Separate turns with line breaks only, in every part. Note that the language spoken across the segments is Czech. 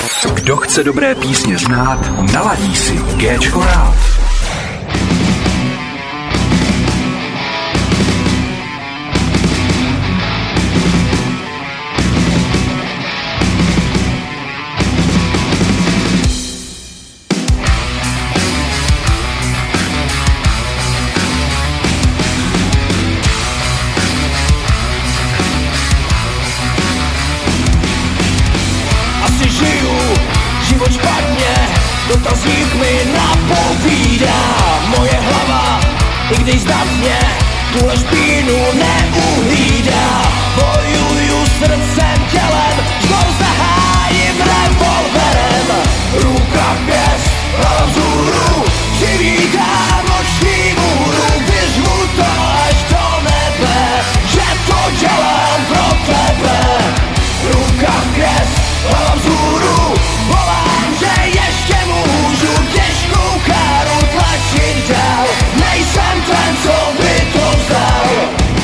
Kdo chce dobré písně znát, naladí si Géčko rád.
Dotazník mi napovídá moje hlava, i když zdatně tuhle špínu neuhlídá. Bojuju srdcem, tělem, znovu zahájím revolverem. Ruka pěst, hlava vzhůru, přivítám noční můru. Vyřvu to až do nebe, že to dělám pro tebe. Ruka pěst, hlava vzhůru, volám, že ještě můžu těžkou káru tlačit dál. Nejsem ten, co by to vzdal.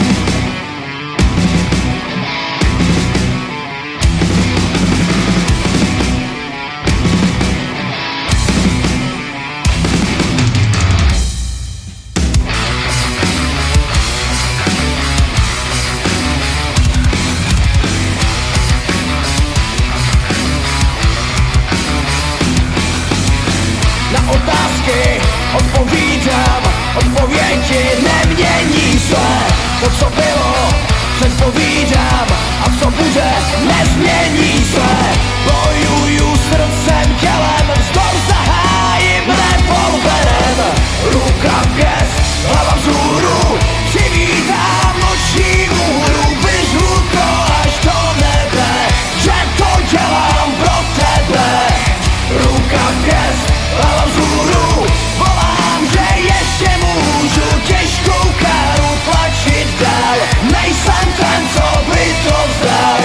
Na otázky odpovídám, odpovědi nemění se. To, co bylo, předpovídám, a co bude, nezmění se. Bojuju srdcem, tělem, vzdor zahájím revolverem. Ruka pěst, hlava vzhůru, přivítám noční můru. Vyřvu to až do nebe, že to dělám pro tebe. Ruka pěst, hlava vzhůru, volám, že ještě můžu těžkou káru tlačit dál. Nejsem ten, co by to vzdal.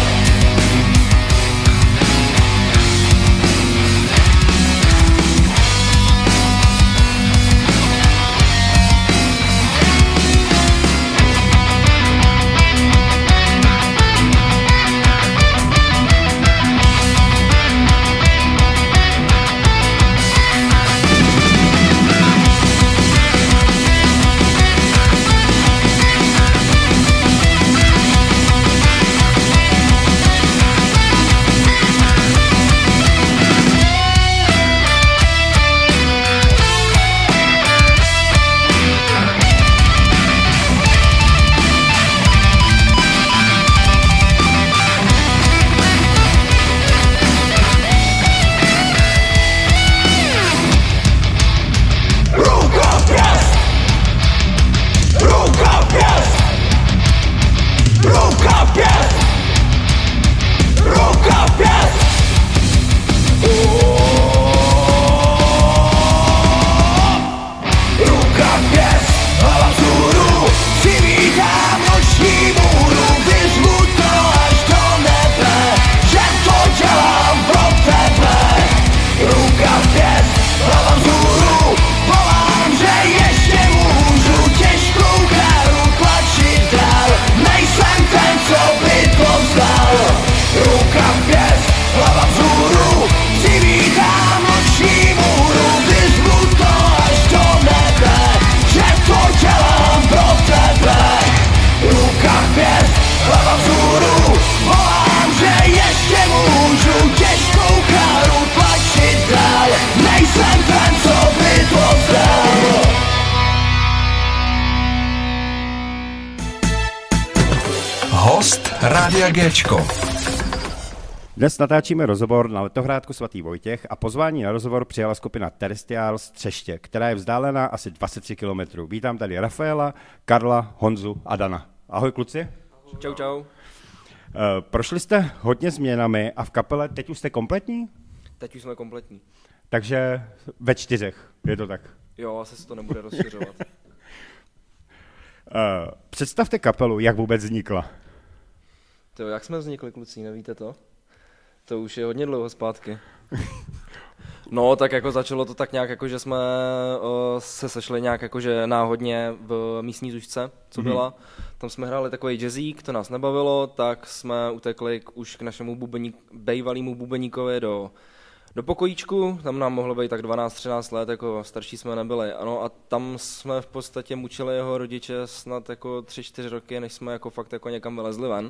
Rádia Géčko.
Dnes natáčíme rozhovor na letohrádku Svatý Vojtěch a pozvání na rozhovor přijala skupina Terrestrial z Třeště, která je vzdálená asi 23 km. Vítám tady Rafaela, Karla, Honzu a Dana. Ahoj kluci.
Čau, čau.
Prošli jste hodně změnami a v kapele teď už jste kompletní?
Teď už jsme kompletní.
Takže ve 4, je to tak?
Jo, asi se to nebude rozšiřovat.
Představte kapelu, jak vůbec vznikla.
Jak jsme vznikli, kluci, nevíte to? To už je hodně dlouho zpátky. No, tak jako začalo to tak nějak, jako že jsme se sešli nějak jakože náhodně v místní zušce, co byla. Tam jsme hráli takový jazzík, to nás nebavilo, tak jsme utekli už k našemu bývalému bubeníkovi do pokojíčku, tam nám mohlo být tak 12-13 let, jako starší jsme nebyli. Ano, a tam jsme v podstatě mučili jeho rodiče snad jako 3-4 roky, než jsme jako fakt jako někam vylezli ven.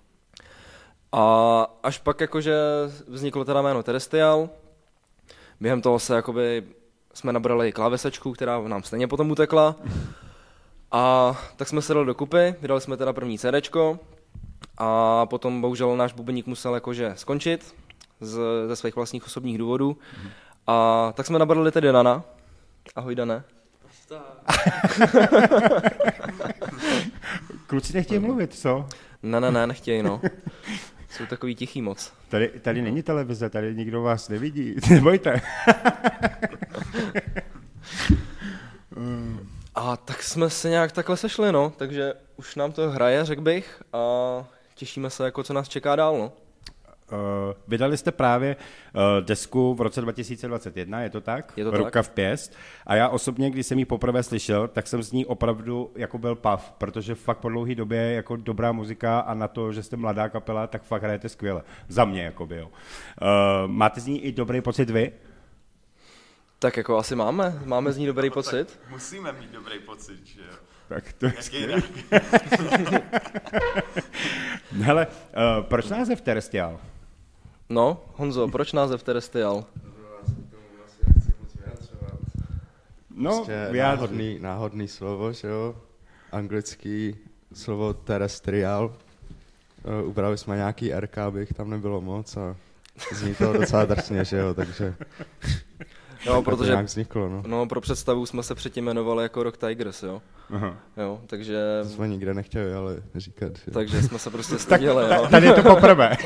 A až pak jakože vzniklo teda jméno Terestial, během toho se jakoby jsme nabrali klávesečku, která nám stejně potom utekla. A tak jsme se dali dokupy, vydali jsme teda první CDčko a potom bohužel náš bubeník musel jakože skončit ze svých vlastních osobních důvodů. A tak jsme nabrali tedy Dana. Ahoj, Dane.
Kluci nechtějí mluvit, co?
Ne, nechtějí, no. Jsou takový tichý moc.
Tady není televize, tady nikdo vás nevidí, nebojte.
A tak jsme se nějak takhle sešli, no, takže už nám to hraje, řekl bych, a těšíme se, jako co nás čeká dál, no.
Vydali jste právě desku v roce 2021, je to tak?
Je to
Ruka
tak.
v pěst. A já osobně, když jsem ji poprvé slyšel, tak jsem z ní opravdu jako byl pav, protože fakt po dlouhé době jako dobrá muzika a na to, že jste mladá kapela, tak fakt hrajete skvěle. Za mě, jakoby, jo. Máte z ní i dobrý pocit vy?
Tak jako asi máme z ní dobrý pocit.
Musíme mít dobrý pocit, že jo.
Tak to je
Jak
skvělý.
jinak.
Hele, proč název Terestial?
No, Honzo, proč název Terestial?
No,
Prostě
vyjádři.
náhodný slovo, že jo? Anglický slovo terrestrial. Ubrali jsme nějaký RK, abych tam nebylo moc a zní to docela drsně, že jo, takže
Jo,
to
protože
nějak vzniklo, no.
no, pro představu jsme se předtím jmenovali jako Rock Tigers, jo.
Aha.
Jo, takže
To jsme nikde nechtěli, ale říkat, že
takže jsme se prostě styděli, jo.
Tady je to poprvé.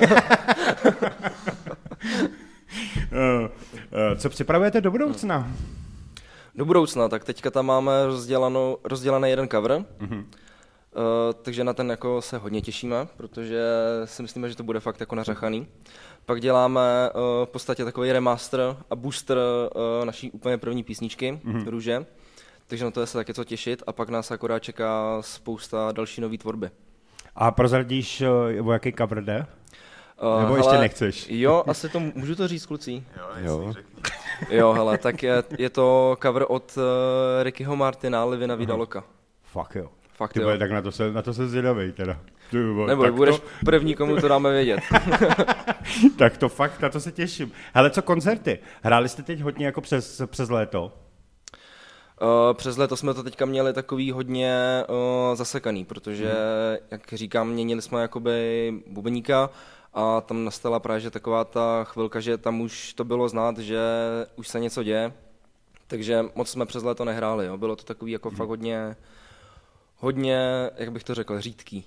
Co připravujete do budoucna?
Do budoucna, tak teďka tam máme rozdělaný jeden cover, takže na ten jako se hodně těšíme, protože si myslíme, že to bude fakt jako nařachaný. Pak děláme v podstatě takový remaster a booster naší úplně první písničky, Růže, takže na to je se taky co těšit a pak nás akorát čeká spousta další nový tvorby.
A prozradíš, o jaký cover jde? Nebo ještě
hele,
nechceš?
Jo, asi to můžu to říct, kluci.
Jo.
Jo, hele, tak je to cover od Rickyho Martina, Livina Vidaloka.
Fakt jo.
Fakt
Ty
jo.
vole, tak na to se zvědavej teda. Ty vole,
Nebo
tak
budeš první, komu to dáme vědět.
Tak to fakt, na to se těším. Hele, co koncerty? Hráli jste teď hodně jako přes léto?
Přes léto jsme to teďka měli hodně zasekaný, protože, jak říkám, měnili jsme jakoby bubeníka a tam nastala právě že taková ta chvilka, že tam už to bylo znát, že už se něco děje, takže moc jsme přes léto nehráli, jo. Bylo to takový jako fakt hodně, jak bych to řekl, řídký.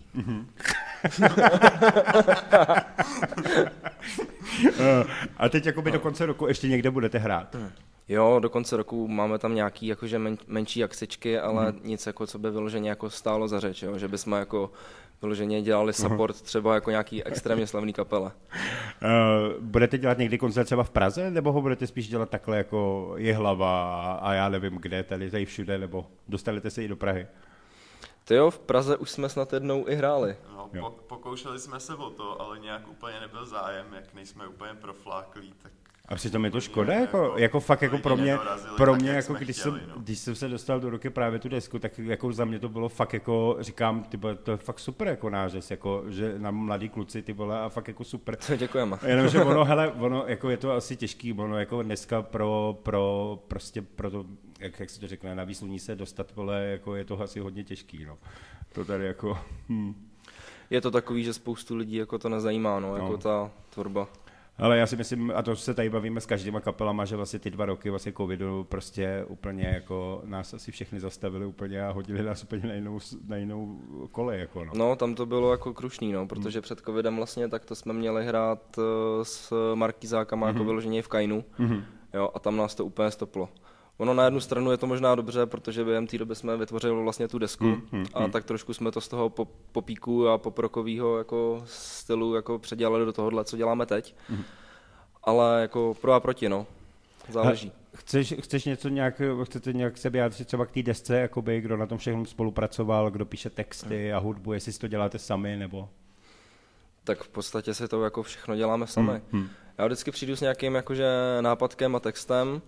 A teď jakoby do konce roku ještě někde budete hrát?
Jo, do konce roku máme tam nějaký jakože menší akcičky, ale nic jako co by vyloženě jako stálo za řeč, jo? Že bychom jako vyloženě dělali support třeba jako nějaký extrémně slavný kapele.
Budete dělat někdy koncert třeba v Praze, nebo ho budete spíš dělat takhle jako Jihlava a já nevím kde, tady všude, nebo dostanete se i do Prahy?
To jo, v Praze už jsme snad jednou i hráli.
No, pokoušeli jsme se o to, ale nějak úplně nebyl zájem, jak nejsme úplně profláklí, tak...
A přitom je to škoda, jako fakt jako pro mě jako když jsem se dostal do ruky právě tu desku, tak jako za mě to bylo fakt jako, říkám, to je fakt super jako nářez, jako, že na mladí kluci ty vole a fakt jako super.
Děkujeme.
Jenomže ono jako je to asi těžký, ono jako dneska pro to, jak si to řekne, na výsluní se dostat, vole, jako je to asi hodně těžký, no. To tady jako...
Je to takový, že spoustu lidí jako to nezajímá, no, jako ta tvorba.
Ale já si myslím, a to se tady bavíme s každýma kapelama, že vlastně ty 2 roky vlastně covidu prostě úplně jako nás asi všechny zastavili úplně a hodili nás úplně na jinou kolej, jako no.
No, tam to bylo jako krušný, no, protože před covidem vlastně tak to jsme měli hrát s Markízákama jako vyloženě v Kainu, jo, a tam nás to úplně stoplo. Ono na jednu stranu je to možná dobře, protože během té doby jsme vytvořili vlastně tu desku a tak trošku jsme to z toho popíku a poprokového jako stylu jako předělali do tohohle, co děláme teď. Ale jako pro a proti, no. záleží.
Chcete nějak se vyjádřit třeba k té desce, jakoby, kdo na tom všechno spolupracoval, kdo píše texty a hudbu, jestli si to děláte sami, nebo...
Tak v podstatě si to jako všechno děláme sami. Já vždycky přijdu s nějakým jakože nápadkem a textem,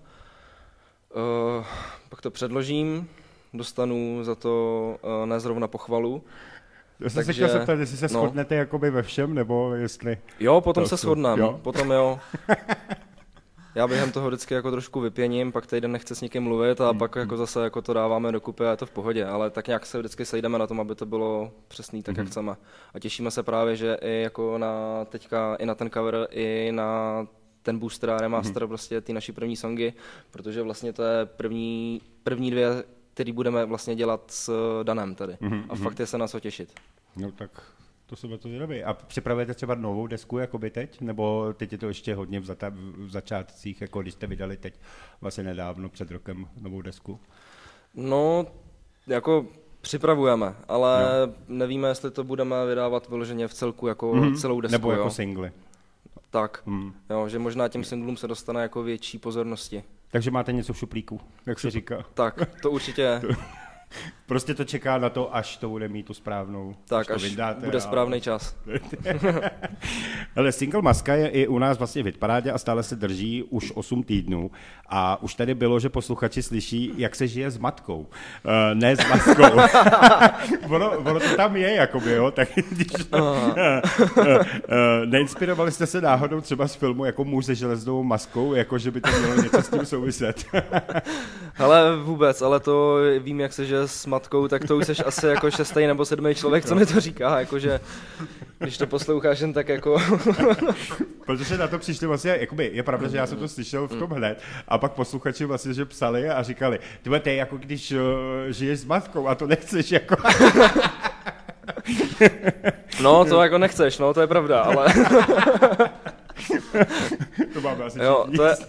pak to předložím, dostanu za to ne zrovna pochvalu.
Já jsem se chtěl zeptat, jestli se shodnete jakoby ve všem, nebo jestli...
Jo, potom se shodneme, potom jo. Já během toho vždycky jako trošku vypěním, pak týden nechce s nikým mluvit a pak jako zase jako to dáváme dokupy a je to v pohodě, ale tak nějak se vždycky sejdeme na tom, aby to bylo přesný tak, jak chceme. A těšíme se právě, že i jako teďka i na ten cover, i na ten booster a remaster prostě ty naší první songy, protože vlastně to je první dvě, který budeme vlastně dělat s Danem tady. A fakt je se na co těšit.
No tak to se to vyrobí. A připravujete třeba novou desku jakoby teď? Nebo teď je to ještě hodně v začátcích, jako když jste vydali teď vlastně nedávno, před rokem, novou desku?
No, jako připravujeme, ale nevíme, jestli to budeme vydávat vyloženě v celku jako celou desku.
Nebo jako singly.
Tak, jo, že možná těm singlům se dostane jako větší pozornosti.
Takže máte něco v šuplíku, jak se říká.
Tak, to určitě.
Prostě to čeká na to, až to bude mít tu správnou.
Tak, až vydáte, bude správný čas.
Ale single Maska je i u nás vlastně v hitparádě a stále se drží už 8 týdnů. A už tady bylo, že posluchači slyší, jak se žije s matkou. Ne s maskou. ono to tam je, jakoby, jo. Tak když neinspirovali jste se náhodou třeba z filmu jako Muž se železnou maskou, jako že by to mělo něco s tím souviset?
Hele, vůbec, ale to vím, jak se žije s matkou, tak to už jsi asi jako 6. nebo 7. člověk, co mi to říká, jakože když to posloucháš jen tak jako...
Protože na to přišli vlastně, jakoby, je pravda, že já jsem to slyšel v tom hned a pak posluchači vlastně, že psali a říkali, tyhle, to je jako když žiješ s matkou a to nechceš jako...
No, to jako nechceš, no, to je pravda, ale...
To máme asi
to je...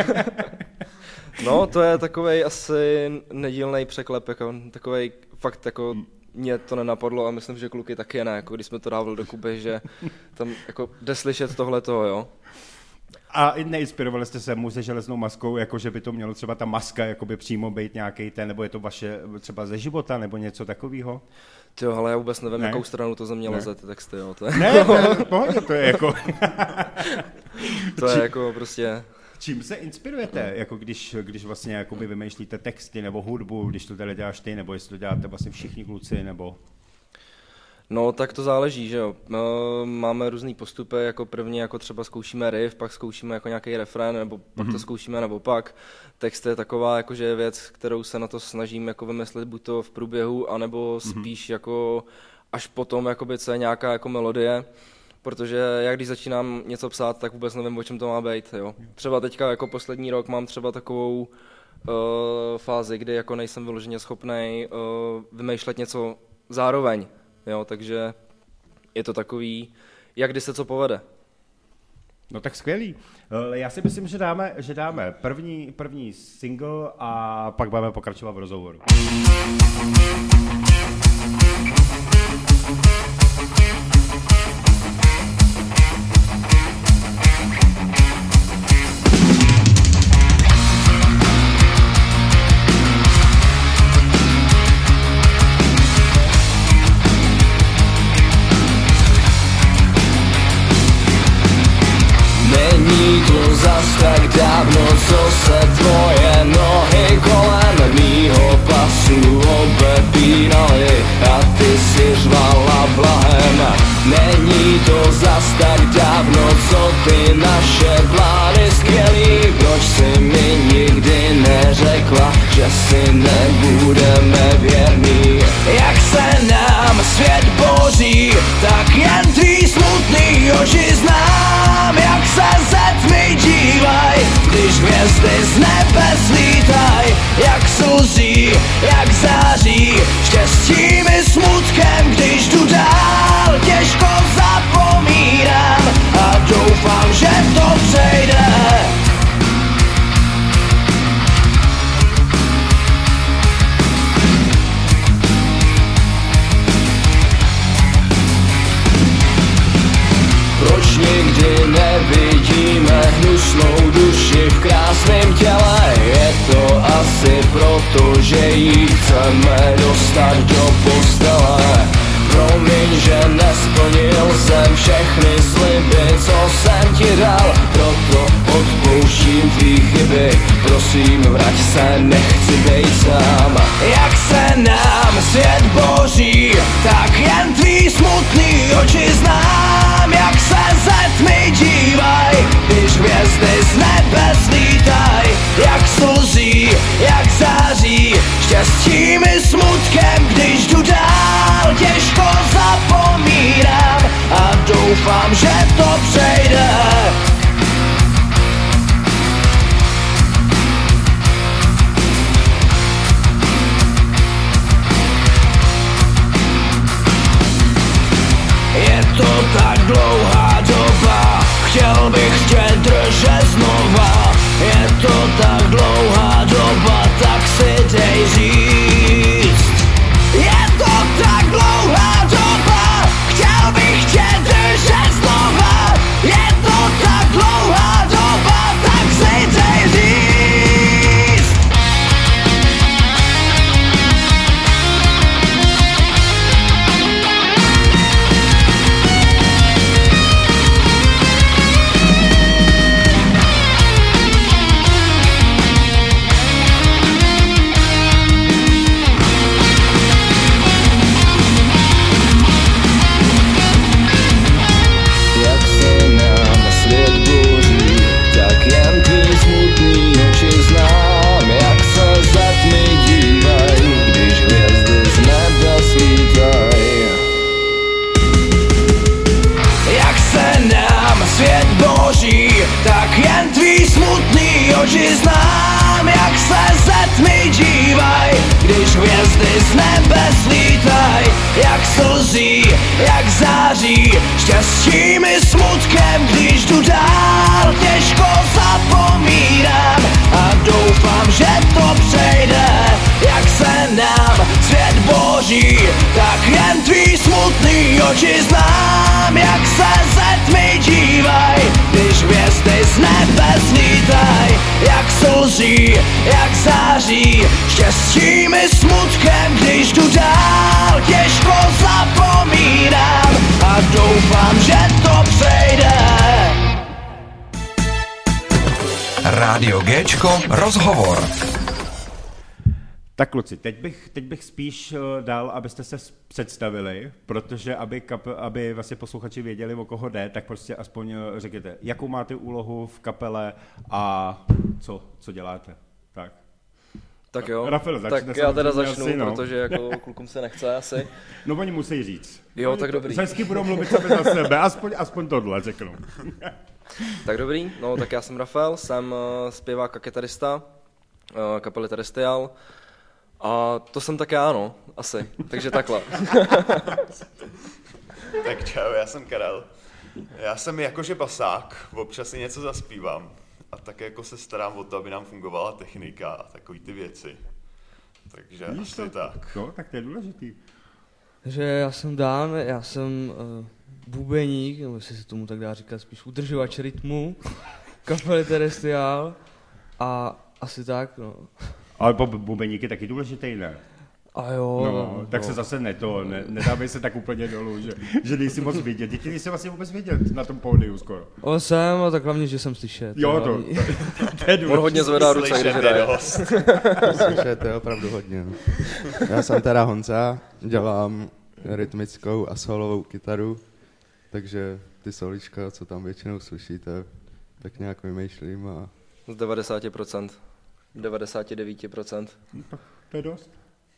No, to je takovej asi nedílnej překlep, jako takovej fakt jako mě to nenapadlo a myslím, že kluky taky ne, jako když jsme to dávali dokupy, že tam jako jde slyšet tohleto, jo.
A neinspirovali jste se Muž se železnou maskou, jako že by to mělo třeba ta maska jakoby přímo být nějaký ten, nebo je to vaše třeba ze života, nebo něco takového?
Jo, ale já vůbec nevím, jakou stranu to ze mě leze, ty texty, jo. To je...
Ne, v pohodě, to je jako...
To je jako prostě...
Čím se inspirujete, jako když vlastně jakoby vymýšlíte texty nebo hudbu, když to teda děláš ty, nebo jestli to děláte vlastně všichni kluci, nebo...
No, tak to záleží, že jo. Máme různý postupy, jako první jako třeba zkoušíme riff, pak zkoušíme jako nějaký refrén, nebo pak to zkoušíme naopak. Text je taková jakože je věc, kterou se na to snažím jako vymyslet buď to v průběhu, anebo spíš jako až potom, jakoby, co je nějaká jako melodie. Protože já když začínám něco psát, tak vůbec nevím, o čem to má být, jo. Třeba teďka jako poslední rok mám třeba takovou fázi, kdy jako nejsem vyloženě schopnej vymýšlet něco zároveň, jo, takže je to takový, jak kdy se co povede.
No tak skvělý. Já si myslím, že dáme první single a pak budeme pokračovat v rozhovoru.
Tak dávno, co se tvoje nohy kolem mýho pasu obepínaly a ty si řvala blahem. Není to zas tak dávno, co ty naše plány skvělý. Proč si mi nikdy neřekla, že si nebudeme věrní? Jak se nám svět boří, tak jen tvý smutný oči znám. Jak se ze tmy dívaj, když hvězdy z nebes lítaj. Jak slzí, jak září, štěstím i smutkem, když jdu dál. Těžko zapomínám a doufám, že to přejde. Proč nikdy nevidíme hnusnou duši v krásném protože jí chceme dostat do postele. Promiň, že nesplnil jsem všechny sliby, co jsem ti dal, proto odpouštím tvý chyby. Prosím, vrať se, nechci bejt sám. Jak se nám svět boří, tak jen tvý smutný oči znám. Jak se ze tmy dívaj, když hvězdy z nebes lítaj. Jak slzí, jak září, štěstím i smutkem, když jdu dál. Těžko zapomínám a doufám, že to přejde. Je to tak dlouhá doba, chtěl bych tě držet znova. Je to tak dlouhá doba, tak si dej říct. Je to tak dlouhá doba, chtěl bych tě držet znova. Je to tak dlouhá doba, tak si dej říct. Tak jen tvý smutný oči znám. Jak se ze tmy dívaj, když hvězdy z nebes lítaj. Jak slzí, jak září, štěstím i smutkem, když jdu dál. Těžko zapomínám a doufám, že to přejde. Jak se nám svět boří, tak jen tvý smutný oči znám. Jak se ze tmy dívaj, když hvězdy z nebes lítaj. Jak slzí, jak září, štěstím i smutkem, když jdu dál. Těžko zapomínám a doufám, že to přejde.
Rádio Géčko, rozhovor.
Tak kluci, teď bych spíš dal, abyste se představili, protože aby vlastně posluchači věděli, o koho jde, tak prostě aspoň řekněte, jakou máte úlohu v kapele a co děláte. Tak
jo,
Rafael,
tak já teda začnu, asi, protože jako klukům se nechce asi.
No oni musí říct.
Jo, tak dobrý.
Hezky budou mluvit sami za sebe, aspoň tohle řeknu.
Tak dobrý, no tak já jsem Rafael, jsem zpěvák a kytarista kapely Terestial. A to jsem tak já, no, asi, takže takhle.
Tak čau, já jsem Karel. Já jsem jakože basák, občas si něco zaspívám. A tak jako se starám o to, aby nám fungovala technika a takový ty věci. Takže
víš
asi
to?
tak.
No, tak to je důležitý.
Takže já jsem Dan, já jsem bubeník, nebo jestli se tomu tak dá říkat, spíš udržovač rytmu kapely Terestial a asi tak, no.
Ale bubeník je taky důležitý, ne?
A jo.
No, tak se zase nedávej se tak úplně dolů, že nejsi moc vidět. Děti nejsi vlastně vůbec vidět na tom pódiu skoro.
O, jsem, a tak hlavně, že jsem slyšet.
Jo, to je důležité.
On hodně zvedá ruce, když hraje.
Slyšet je opravdu hodně. Já jsem teda Honza, dělám rytmickou a solovou kytaru, takže ty solička, co tam většinou slyšíte, tak nějak vymýšlím a...
Z 90%. 99%.
To je dost.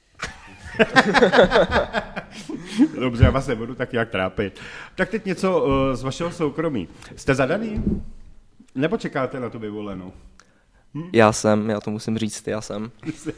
Dobře, já vás nebudu tak nějak trápit. Tak teď něco z vašeho soukromí. Jste zadaný? Nebo čekáte na tu vyvolenou?
Já to musím říct, já jsem.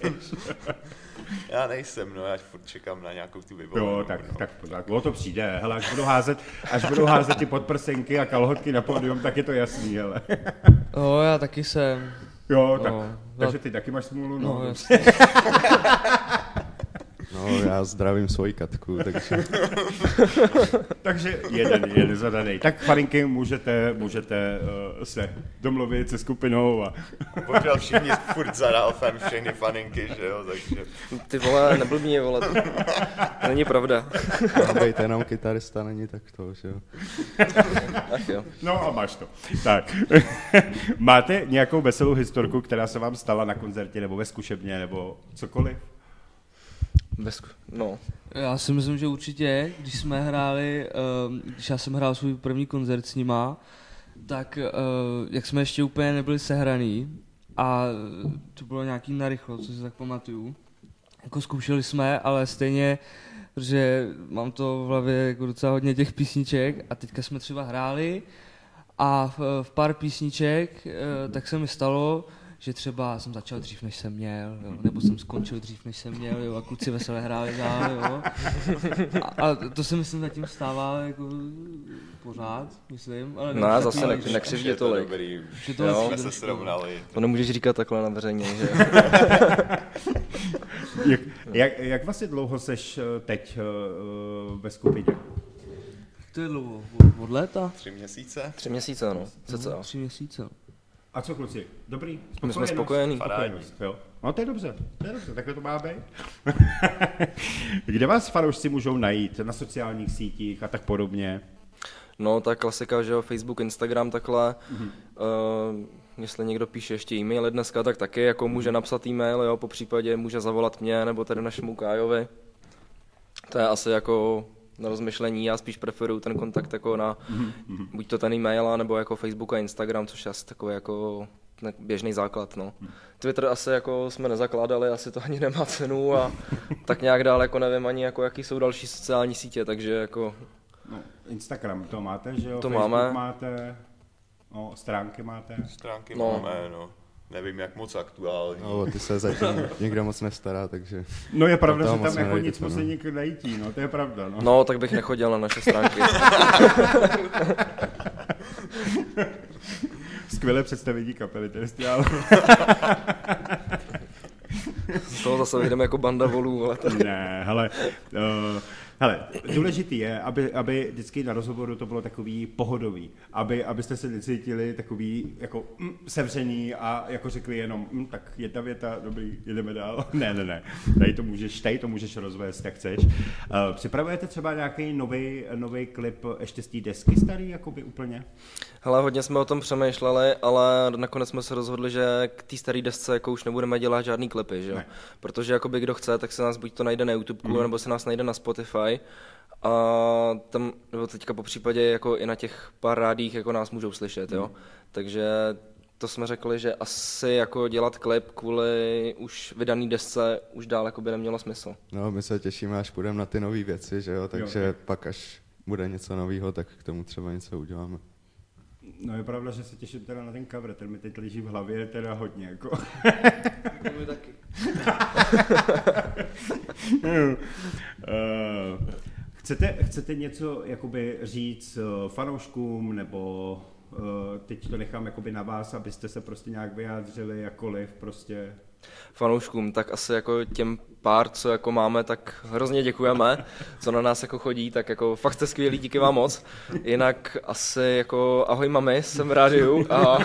Já nejsem, no, já furt čekám na nějakou tu vyvolenou.
Jo, tak o to přijde. Hele, až budou házet ty podprsenky a kalhotky na pódium, tak je to jasný, hele.
Jo, já taky jsem.
Jo, tak, takže ty taky máš smůlu, no.
No, jasně.
No, já zdravím svoji Katku, takže...
Takže jeden zadaný. Tak faninky můžete se domluvit se skupinou a...
Bohužel všichni furt za Ralfem, všechny faninky, že jo, takže...
Ty vole, neblbni, vole, to není pravda.
Má být jenom kytarista, není tak to, že jo.
Ach jo.
No a máš to. Tak. Máte nějakou veselou historku, která se vám stala na koncertě nebo ve zkušebně nebo cokoliv?
No.
Já si myslím, že určitě, když jsme hráli, když já jsem hrál svůj první koncert s nima, tak jak jsme ještě úplně nebyli sehraný a to bylo nějaký narychlo, co si tak pamatuju. Jako zkoušeli jsme, ale stejně, protože mám to v hlavě jako docela hodně těch písniček a teďka jsme třeba hráli a v pár písniček tak se mi stalo, že třeba jsem začal dřív, než jsem měl, jo, nebo jsem skončil dřív, než jsem měl, jo, a kluci veselé hráli dál, jo. A to se myslím zatím stává jako pořád, myslím. Ale
no, zase nekřivdě tolik.
Dobrý,
že to
jsme se srovnali.
To nemůžeš říkat takhle na veřejně, že
Jak vlastně dlouho seš teď ve skupině?
To je dlouho, od léta?
3 měsíce?
3 měsíce, no, cca.
3 měsíce.
A co kluci? Dobrý?
My jsme spokojení.
Jo. No to je dobře, takhle to má být. Kde vás fanoušci můžou najít? Na sociálních sítích a tak podobně?
No, ta klasika, že jo, Facebook, Instagram, takhle. Jestli někdo píše ještě e-maily dneska, tak taky jako může napsat e-mail, jo, po případě může zavolat mě, nebo tady našemu Kájovi. To je asi jako na rozmyšlení, já spíš preferuju ten kontakt jako na buď to ten e-mail, nebo jako Facebook a Instagram, což je asi takový jako běžný základ, no. Twitter asi jako jsme nezakládali, asi to ani nemá cenu a tak nějak dál jako nevím ani jako jaký jsou další sociální sítě, takže jako...
No, Instagram to máte, že jo?
To
Facebook
máme.
Máte, no, stránky máte.
Stránky
No.
máme, no. Nevím, jak moc aktuální.
No, ty se zatím nikdo moc nestará, takže...
No je pravda,
toho
že
moc
tam jako
nenajdete,
nic moc
no.
nikdo nejítí, no to je pravda, no.
No, tak bych nechodil na naše stránky.
Skvělé představení kapely Terestiál.
Z toho zase vyjdeme jako banda volů, ale to...
Ne, hele, důležitý je, aby vždycky na rozhovoru to bylo takový pohodový, abyste se necítili takový jako sevřený a jako řekli jenom, tak jedna věta, dobrý, jedeme dál. Ne, tady to můžeš rozvést, jak chceš. Připravujete třeba nějaký nový klip ještě z té desky starý, jakoby úplně?
Hele, hodně jsme o tom přemýšleli, ale nakonec jsme se rozhodli, že k té staré desce jako už nebudeme dělat žádný klipy, že jo? Protože jakoby kdo chce, tak se nás buď to najde na YouTube, nebo se nás najde na Spotify a tam, nebo teďka po případě jako i na těch pár rádích jako nás můžou slyšet, jo? Takže to jsme řekli, že asi jako dělat klip kvůli už vydaný desce už dál jako by nemělo smysl.
No, my se těšíme, až půjdeme na ty nové věci, že jo, takže pak až bude něco nového, tak k tomu třeba něco uděláme.
No je pravda, že se těším teda na ten cover, ten mi teď leží v hlavě teda hodně, jako.
My taky.
Chcete něco jakoby říct fanouškům, nebo teď to nechám jakoby na vás, abyste se prostě nějak vyjádřili, jakkoliv prostě?
Fanouškům, tak asi jako těm pár, co jako máme, tak hrozně děkujeme, co na nás jako chodí, tak jako fakt jste skvělí, díky vám moc. Jinak asi jako ahoj mami, jsem v rádiu a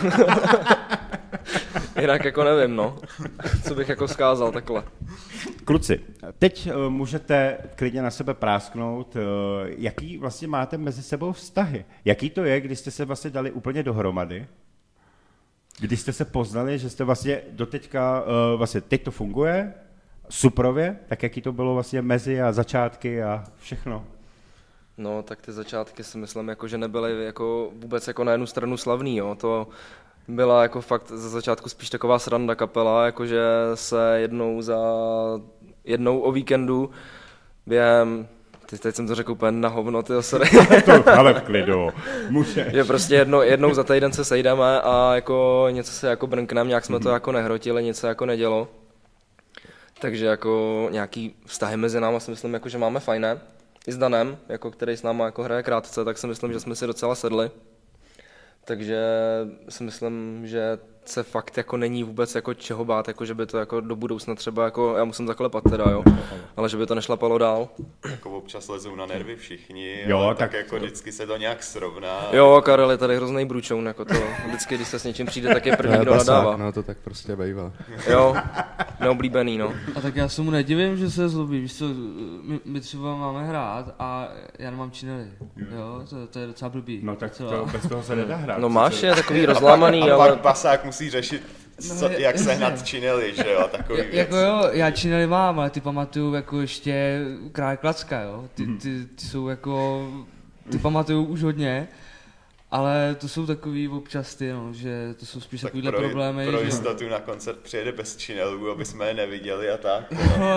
jinak jako nevím, no, co bych jako vzkázal takhle.
Kluci, teď můžete klidně na sebe prásknout, jaký vlastně máte mezi sebou vztahy? Jaký to je, když jste se vlastně dali úplně dohromady? Když jste se poznali, že jste vlastně doteďka, vlastně teď to funguje, suprově, tak jaký to bylo vlastně mezi a začátky a všechno?
No, tak ty začátky si myslím, jako, že nebyly jako vůbec jako na jednu stranu slavný, jo, to byla jako fakt ze začátku spíš taková sranda kapela, jakože se jednou o víkendu během, teď jsem to řekl úplně na hovno, ty sorry.
Ale v klidu, můžeš.
Že prostě jednou za týden se sejdeme a jako něco se jako brnkneme, nějak jsme to jako nehrotili, nic se jako nedělo. Takže jako nějaký vztahy mezi náma si myslím, jako, že máme fajné. I s Danem, jako, který s náma jako hraje krátce, tak si myslím, že jsme si docela sedli. Takže si myslím, že se fakt jako není vůbec jako čeho bát, jako že by to jako do budoucna třeba jako, já musím zaklepat teda, jo, ale že by to nešlapalo dál.
Jako občas lezou na nervy všichni,
Jo,
ale
tak
tak jako vždycky se to nějak srovná.
Jo, Karel je tady hrozný bručoun, jako to, vždycky, když se s něčím přijde, tak je první, kdo nadává.
No to tak prostě bývá.
Jo, neoblíbený, no.
A tak já se mu nedivím, že se zlobí, víš co, my třeba máme hrát a já nemám činely, jo, to je docela blbý.
No tak
docela.
to bez toho se nedá hrát.
No máš je takový rozlámaný,
A
ale...
pak pasák musí řešit, jak sehnat činely, že jo, a takový věc.
Jako jo, já činely mám, ale ty pamatuju jako ještě Král Klacka, jo, ty jsou jako, ty pamatuju už hodně, ale to jsou takový občas ty, no, že to jsou spíš takovýhle problémy.
Pro
že...
jistotu na koncert přijede bez činelů, aby jsme je neviděli a tak.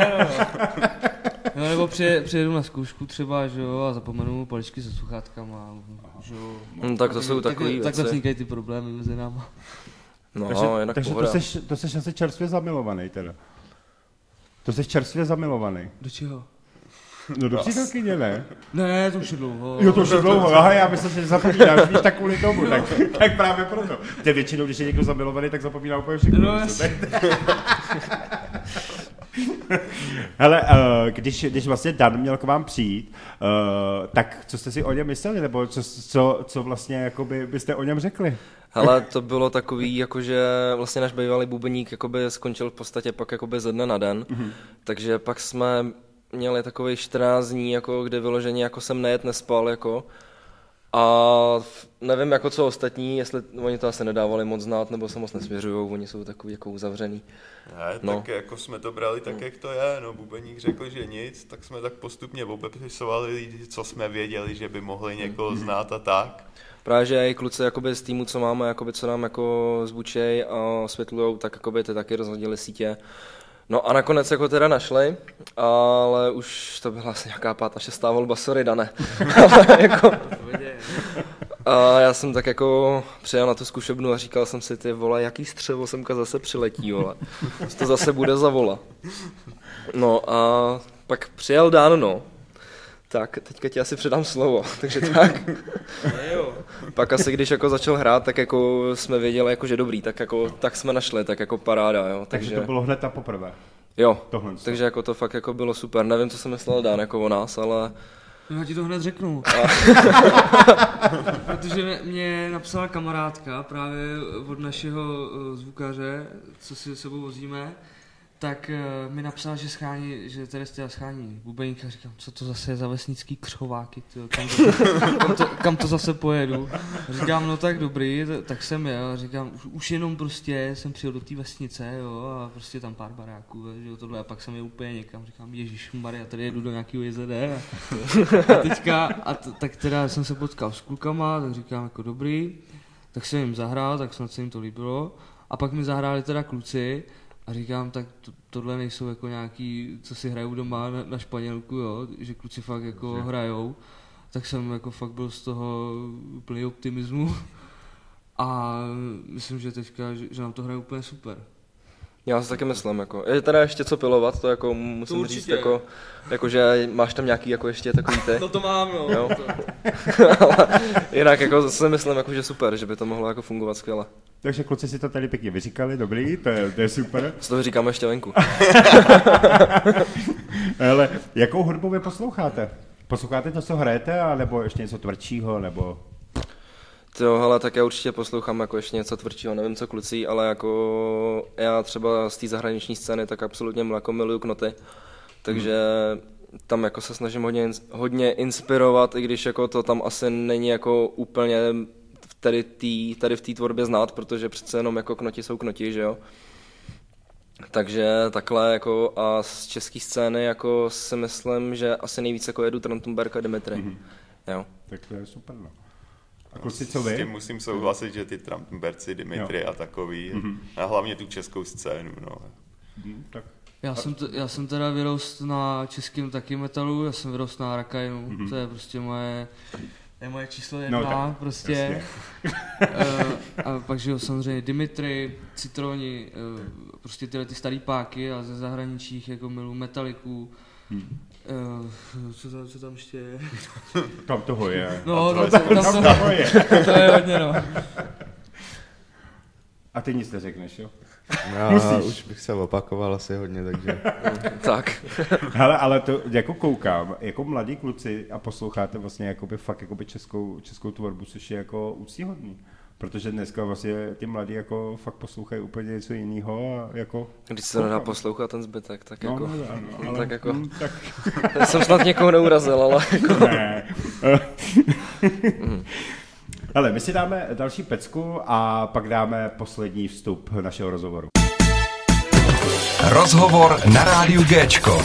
No, nebo přijedu na zkoušku třeba, že jo, a zapomenu paličky se sluchátkama, že jo.
tak to jsou takový věci.
Takhle vznikají ty problémy mezi náma.
No, jinak
takže
pohoda.
to seš asi čerstvě zamilovaný teda. To jsi čerstvě zamilovaný.
Do čeho?
No do přítelkyně, ne?
Ne, to už je dlouho.
Jo, to už je dlouho, aha, já myslím, že zapomínáš, víš, tak kvůli tomu, tak právě proto. Ty většinou, když je někdo zamilovaný, tak zapomíná úplně všechno.
No,
Hele, když vlastně Dan měl k vám přijít, tak co jste si o něm mysleli, nebo co vlastně jakoby byste o něm řekli?
Hele, to bylo takový, jakože vlastně náš bývalý bubeník jakoby skončil v podstatě pak jakoby ze dne na den, takže pak jsme měli takový 14 dní, jako, kde vyloženě jako jsem nejet, nespal, jako. A nevím, jako co ostatní, jestli oni to asi nedávali moc znát, nebo se moc nesvěřujou, oni jsou takový jako uzavřený.
Ne,
No.
tak jako jsme to brali tak, jak to je, no bubeník řekl, že nic, tak jsme tak postupně obepisovali, co jsme věděli, že by mohli někoho znát a tak.
Právě, že i kluci jakoby z týmu, co máme, jakoby, co nám jako zvučej a osvětlujou, tak jakoby ty taky rozhodili sítě. No a nakonec jako teda našli, ale už to byla asi nějaká 5., 6. volba, sorry Dane. Ale jako, a já jsem tak jako přijel na tu zkušebnu a říkal jsem si, ty vole, jaký střevo semka zase přiletí, vole. To zase bude za vola. No a pak přijel Dan, no. Tak, teďka ti asi předám slovo, takže tak. Pak asi, když jako začal hrát, tak jako jsme věděli, jako, že dobrý, tak jsme našli, tak jako paráda, jo.
Takže to bylo hned a poprvé.
Jo,
Tohle.
takže jako to fakt jako bylo super. Nevím, co jsem myslel Dan jako o nás, ale...
Já ti to hned řeknu. Protože mě napsala kamarádka právě od našeho zvukaře, co si s sebou vozíme, tak mi napsal, že schání, že Terestia schání bubeníka. Říkám, co to zase je za vesnický křováky, kam to zase pojedu. Říkám, no tak dobrý, tak jsem jel. Říkám, už jenom prostě jsem přijel do té vesnice, jo, a prostě tam pár baráků, že jo, tohle. A pak jsem jel úplně někam. Říkám, ježišmarja, tady jedu do nějakého JZD. A teďka, tak teda jsem se potkal s klukama, tak říkám, jako dobrý. Tak jsem jim zahrál, tak snad se jim to líbilo. A pak mi zahráli teda kluci. A říkám, tak tohle nejsou jako nějaký, co si hrajou doma na španělku, jo, že kluci fakt jako hrajou. Tak jsem jako fakt byl z toho plný optimismu. A myslím, že teďka, že nám to hraje úplně super.
Já si taky myslím, jako. Je teda ještě co pilovat, to jako musím říct, jako že máš tam nějaký jako ještě takový ty.
No to mám, no.
Jo. Ale jinak jako si myslím, jako, že super, že by to mohlo jako fungovat skvěle.
Takže kluci si to tady pěkně vyříkali, dobrý, to je super.
Co to vyříkáme ještě venku.
Ale jakou hudbu vy posloucháte? Posloucháte to, co hrajete, nebo ještě něco tvrdšího, nebo...
Jo, hele, tak já určitě poslouchám jako ještě něco tvrdšího, nevím co kluci, ale jako já třeba z té zahraniční scény tak absolutně jako miluju Knoty, takže tam jako se snažím hodně inspirovat, i když jako to tam asi není jako úplně tady v té tvorbě znát, protože přece jenom jako Knoti jsou Knoti, že jo. Takže takhle jako a z české scény jako si myslím, že asi nejvíc jako jedu Trachtenberg a Dimitri. Jo.
Tak to je super, no. A kluci, co vy?
S tím musím souhlasit, že ty Trachtenberci, Dimitri a takový, a hlavně tu českou scénu, no.
Tak.
Já jsem teda vyrost na českém taky metalu, já jsem vyrost na Rakajnu, to je prostě moje číslo 1,
no, tak,
prostě. A pak, že jo, samozřejmě Dimitri, Citroni, prostě tyhle ty starý páky a ze zahraničích jako milu Metaliku. Co tam ještě je?
Tam toho je.
No,
tam toho je.
To je hodně, no.
A ty nic neřekneš, jo?
Já už bych se opakoval asi hodně, takže...
Tak.
Hele, ale to jako koukám, jako mladí kluci a posloucháte vlastně jakoby fakt jakoby českou tvorbu, což je jako úctíhodný. Protože dneska vlastně ty mladí jako fakt poslouchají úplně něco jiného a jako...
Když se nedá poslouchat ten zbytek, tak jako...
No, ale,
tak jako...
tak...
jsem snad někoho neurazil, ale jako...
Ne. Ale my si dáme další pecku a pak dáme poslední vstup našeho rozhovoru.
Rozhovor na rádiu Géčko.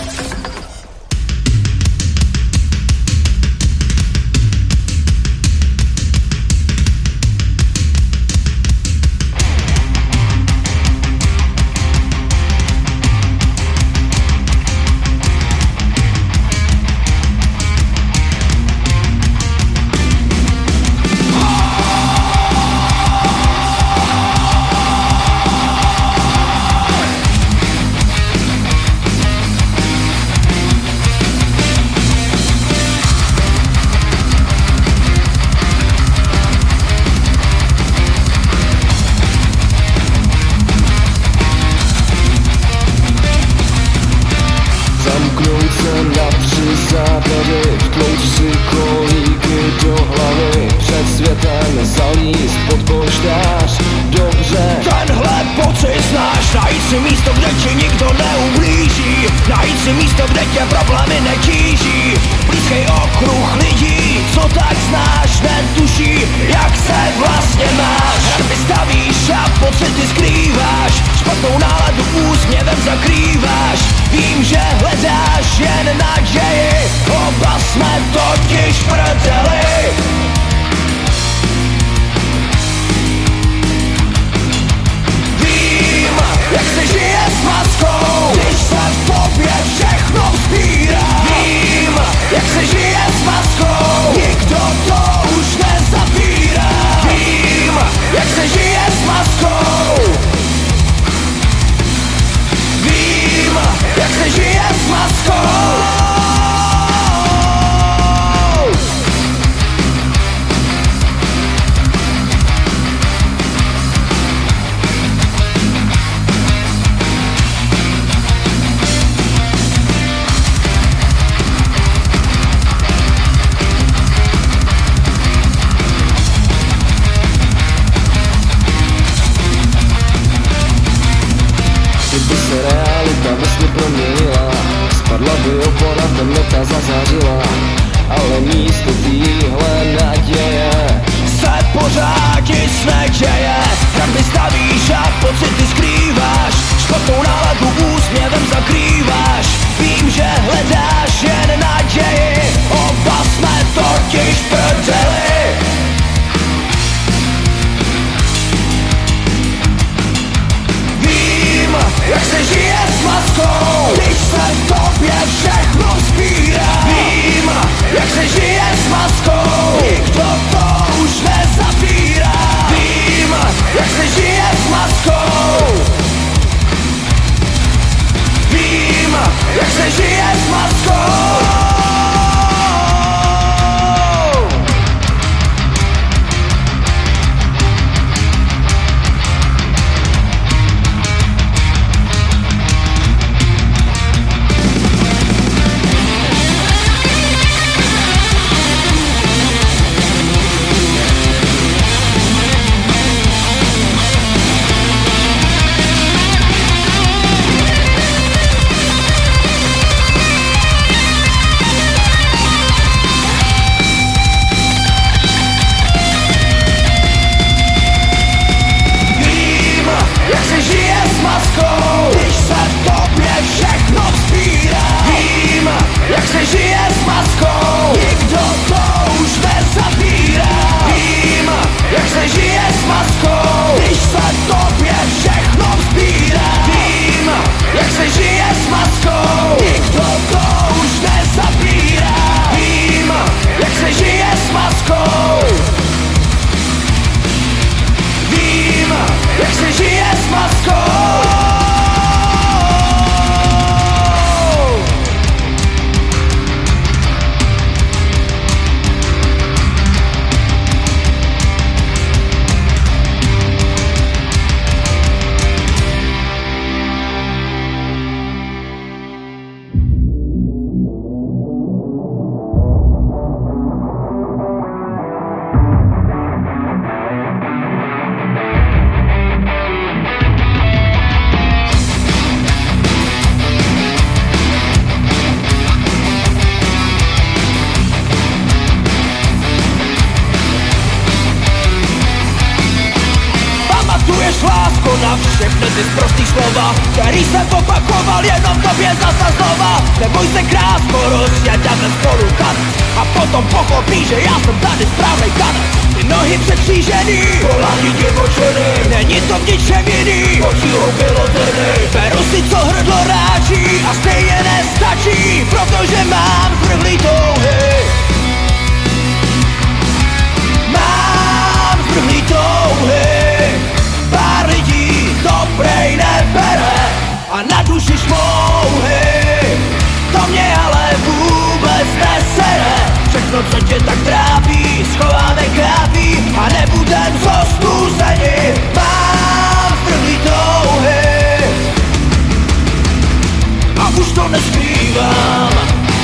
na všechny ty sprostý slova, který jsem opakoval jenom tobě zasa znova. Neboj se krásko, rozjedeme spolu tanec a potom pochopíš, že já jsem tady správnej tanec. Ty nohy překřížený, kolani divočený, není to v ničem jiný, oči bylo trny. Beru si, co hrdlo ráčí a stejně nestačí, protože mám zvrhlý touhy. Mám zvrhlý touhy, pár lidí to prej nebere a na duši šmouhy. To mě ale vůbec nesere, všechno, co tě tak trápí, schováme kápí a nebudem zostuzeni. Mám zvrhlý touhy a už to neskrývám.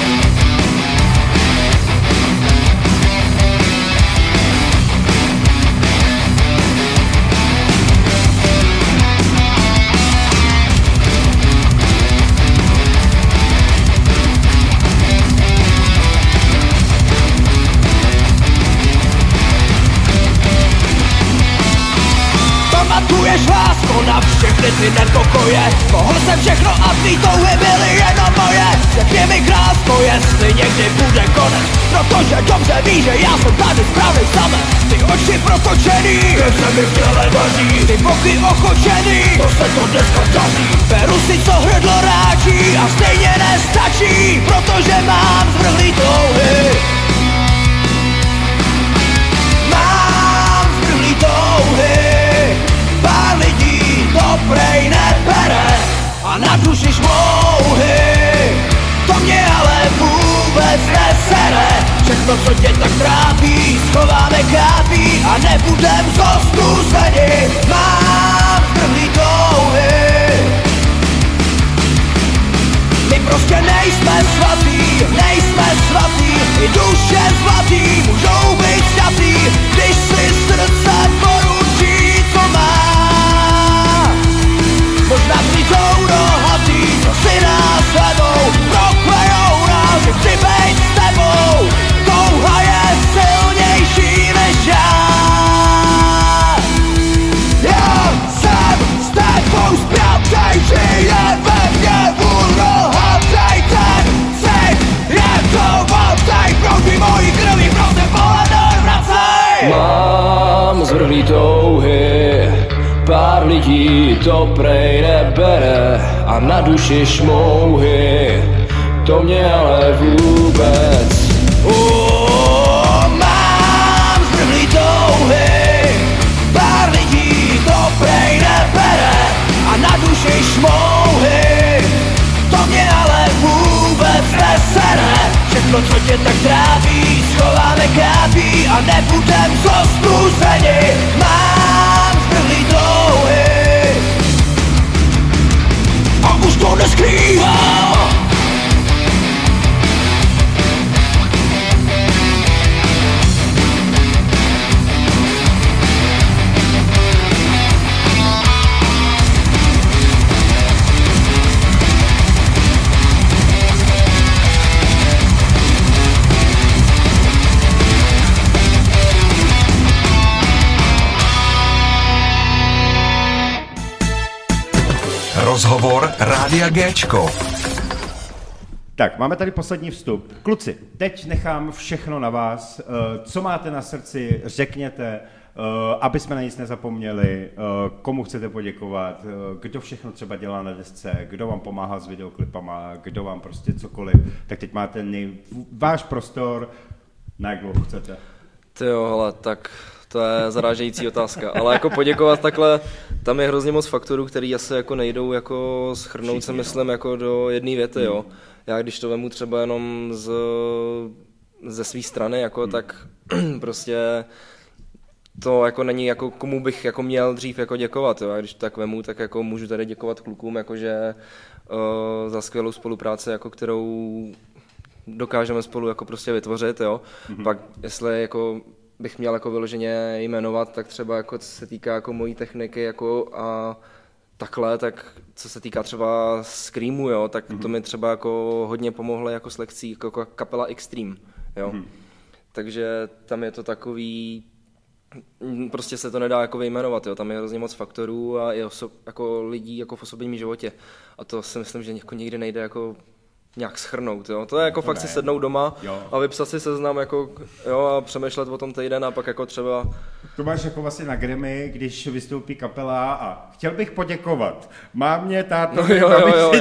Pamatuješ, lásko, na všechny ty nepokoje, mohl jsem všechno a tvý touhy byly jenom moje. Řekni mi, krásko, jestli někdy bude konec, protože dobře víš, že já jsem tady správnej samec. Ty oči protočený, krev se mi v těle vaří, ty boky ochočený, to se to dneska daří. Beru si, co hrdlo ráčí a stejně nestačí, protože mám zvrhlý touhy. Mám zvrhlý touhy, pár lidí to prej nebere a na duši šmouhy. To mě ale vůbec nesere, všechno, co tě tak trápí, schováme kápí a nebudem zostuzeni. Mám zvrhlý touhy, my prostě nejsme svatý, i duše zlatý můžou být sňatý, když si srdce poručí, co má. Možná přijdou rohatý, co si nás hledou, proklejou nás, že chci být s tebou. Touha je silnější než já. Já jsem s tebou zpětej, žije ve mně vůl rohatej. Ten cit je to vatej, proudí mojí krví, prosím pohledaj, vracej. Mám zvrhlý touhy, pár lidí to prej nebere a na duši šmouhy, to mě ale vůbec. Mám zvrhlý touhy, pár lidí to prej nebere a na duši šmouhy, to mě ale vůbec nesere. Všechno, co tě tak trápí, schováme kápí a nebudem zostuzeni. Mám zvrhlý touhy a už to neskrývám.
Rozhovor Rádia Géčko.
Tak, máme tady poslední vstup. Kluci, teď nechám všechno na vás. Co máte na srdci, řekněte, aby jsme na nic nezapomněli, komu chcete poděkovat, kdo všechno třeba dělá na desce, kdo vám pomáhá s videoklipama, kdo vám prostě cokoliv. Tak teď máte váš prostor, na jak dlouho chcete.
Tyjo, hele, tak to je zarážející otázka, ale jako poděkovat takhle, tam je hrozně moc faktorů, který asi jako nejdou jako shrnout se, myslím, jako do jedné věty, jo. Já když to vemu třeba jenom ze své strany, jako tak prostě to jako není jako komu bych jako měl dřív jako děkovat, jo. Já když to tak vemu, tak jako můžu tady děkovat klukům, jakože za skvělou spolupráci, jako kterou dokážeme spolu jako prostě vytvořit, jo. Pak jestli jako bych měl jako vyloženě jmenovat, tak třeba jako co se týká jako mojí techniky jako a takhle, tak co se týká třeba Screamu, jo, tak to mi třeba jako hodně pomohlo jako s lekcí, jako kapela Extreme, jo. Takže tam je to takový, prostě se to nedá jako vyjmenovat, jo. Tam je hrozně moc faktorů a je jako lidí jako v osobním životě. A to si myslím, že jako nikdy nejde jako nějak shrnout, jo. To je jako fakt si sednout doma a vypsat si seznam jako, jo, a přemýšlet o tom týden a pak jako třeba...
To máš jako vlastně na Grammy, když vystoupí kapela a chtěl bych poděkovat. Má mě táto,
jo.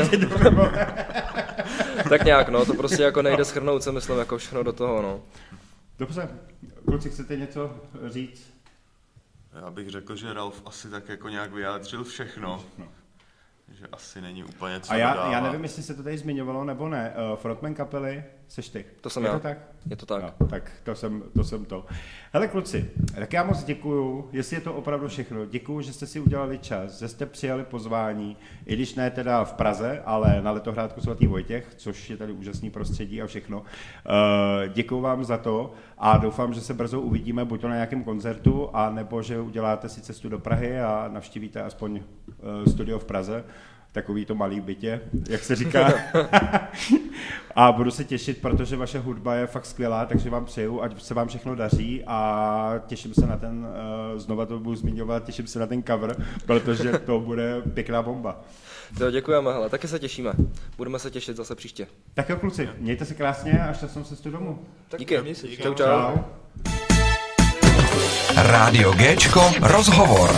Tak nějak, no, to prostě jako nejde shrnout, se myslím, jako všechno do toho, no.
Dobře, kluci, chcete něco říct?
Já bych řekl, že Ralf asi tak jako nějak vyjádřil všechno. Že asi není úplně co
A
dodává.
já nevím, jestli se to tady zmiňovalo nebo ne. Frontman kapely, seš ty.
To jsem
je
já.
To tak?
Je to tak.
No, tak to jsem to. Hele kluci, tak já moc děkuju, jestli je to opravdu všechno. Děkuju, že jste si udělali čas, že jste přijali pozvání, i když ne teda v Praze, ale na letohrádku svatý Vojtěch, což je tady úžasný prostředí a všechno. Děkuju vám za to a doufám, že se brzo uvidíme, buď to na nějakém koncertu, a nebo že uděláte si cestu do Prahy a navštívíte aspoň studio v Praze. Takový to malý bytě, jak se říká. A budu se těšit, protože vaše hudba je fakt skvělá, takže vám přeju, ať se vám všechno daří a těším se na ten, znova to budu zmiňovat, těším se na ten cover, protože to bude pěkná bomba.
To děkujeme, hele, taky se těšíme. Budeme se těšit zase příště.
Tak jo kluci, mějte se krásně a šťastnou cestu domů.
Díky. Čau.
Rádio Géčko, rozhovor.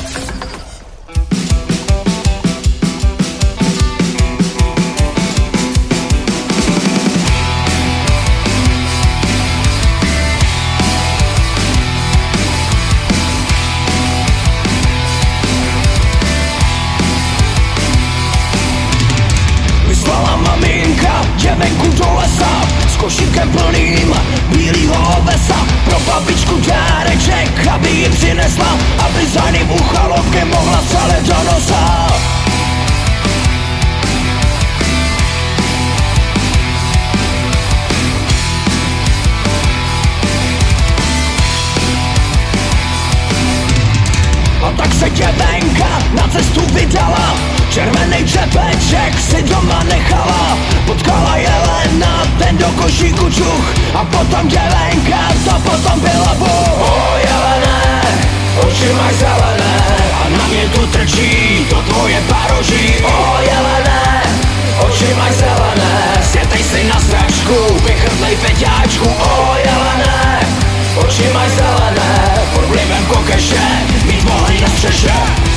Venku do lesa s košíkem plným bílýho ovesa. Pro babičku dáreček, aby ji přinesla, aby za ním uchalopky mohla střelit do nosa. A tak se děvenka na cestu vydala, červený čepeček si doma nechala. Potkala jelena, ten do košíku čuch, a potom děvenka, to potom byla Bůh. O jelené, oči máš zelené a na mě tu trčí to tvoje paroží. O jelené, oči máš zelené, sjetej si na sračku, vychrtlej peťáčku. O jelené, oči máš zelené, pod vlivem kokeše, mít oheň na střeše.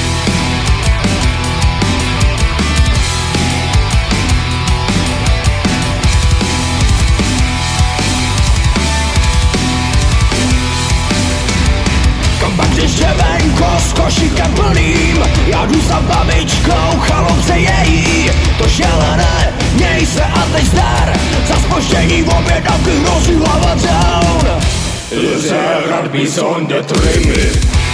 Pak když děvenko s košíkem plným, já jdu za babičkou, chalupce její. To želené, měj se a teď zdar, za zpoždění v objednávky hrozí hlava down. Les rugby on the trimmy.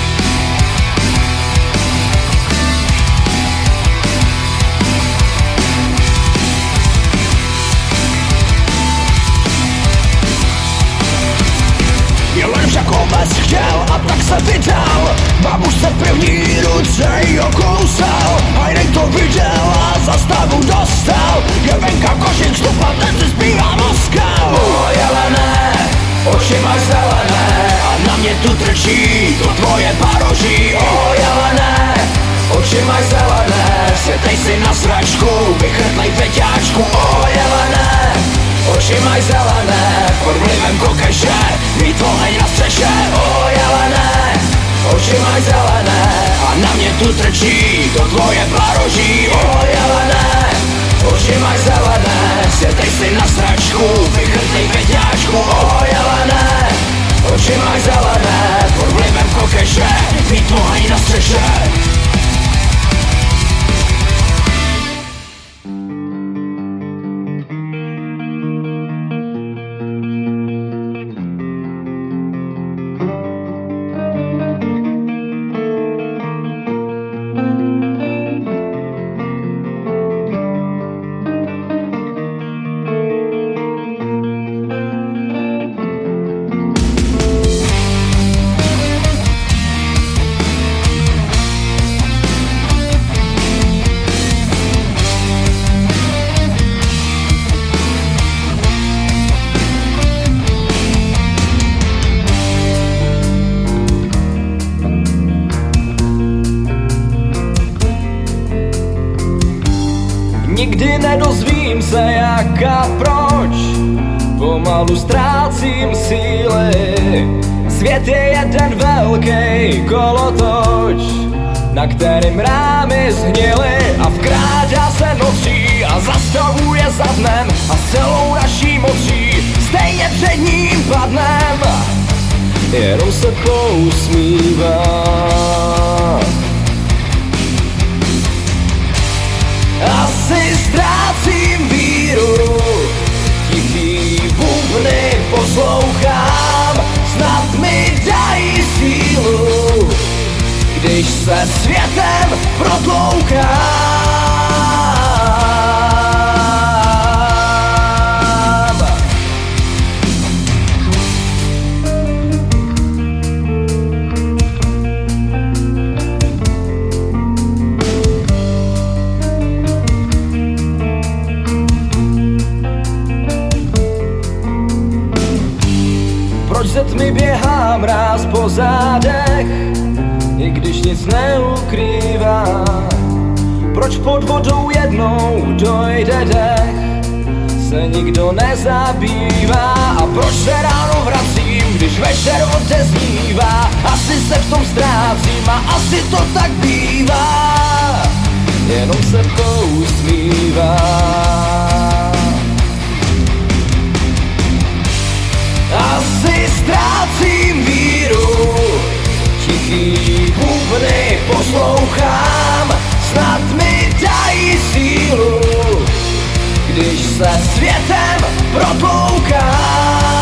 Jelen však obec chtěl a tak se vydal, babušce v první ruce jí okousal. A jinak to viděl a zastavu dostal, jevenka košík šlupa, ten si zbíhá moskal. O jelené, oči máš zelené a na mě tu trčí to tvoje paroží. O jelené, oči máš zelené, sjetej si na sračku, vychrtlej peťáčku. O jelené, oči máš zelené, pod vlivem kokeše, mít oheň na střeše. O jelené, oči máš zelené a na mě tu trčí to tvoje paroží. O jelené, oči máš zelené, sjetej si na sračku, vychrtlej peťáčku. O jelené, oči máš zelené, pod vlivem kokeše, mít oheň na střeše. Nikdy nedozvím se jak a proč, pomalu ztrácím síly. Svět je jeden velký kolotoč, na kterým rámy zhnily a vkrádá se nocí a zastavuje za dnem a celou naší mocí stejně před ním padnem, jenom se pousmívá. Asi ztrácím víru, tichý bubny poslouchám, snad mi dají sílu, když se světem protloukám. Proč ze tmy běhá mráz po zádech, i když nic neukrývá? Proč pod vodou jednou dojde dech, se nikdo nezabývá? A proč se ráno vracím, když večer odeznívá? Asi se v tom ztrácím a asi to tak bývá, jenom se pousmívá. Asi ztrácím víru, tichý bubny poslouchám, snad mi dají sílu, když se světem protloukám.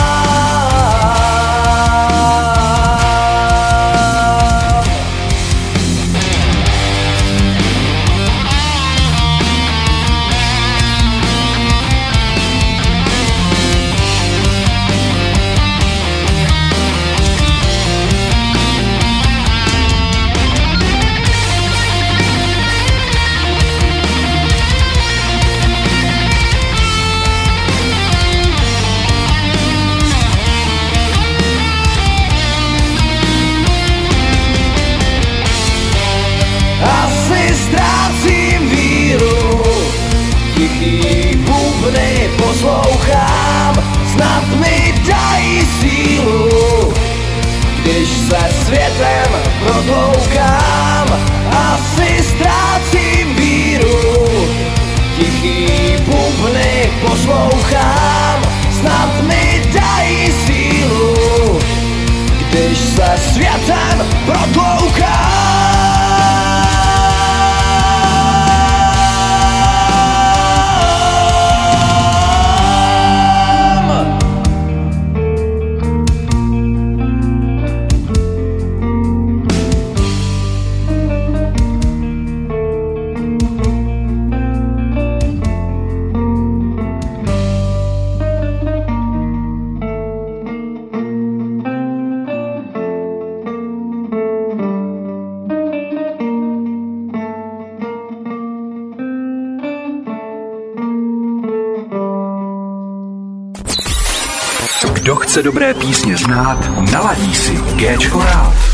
Poslouchám, snad mi dají sílu, když se světem protloukám. Asi ztrácím víru, tichý bubny poslouchám, snad mi dají sílu, když se světem protloukám.
Kdo chce dobré písně znát, naladí si Géčko rád.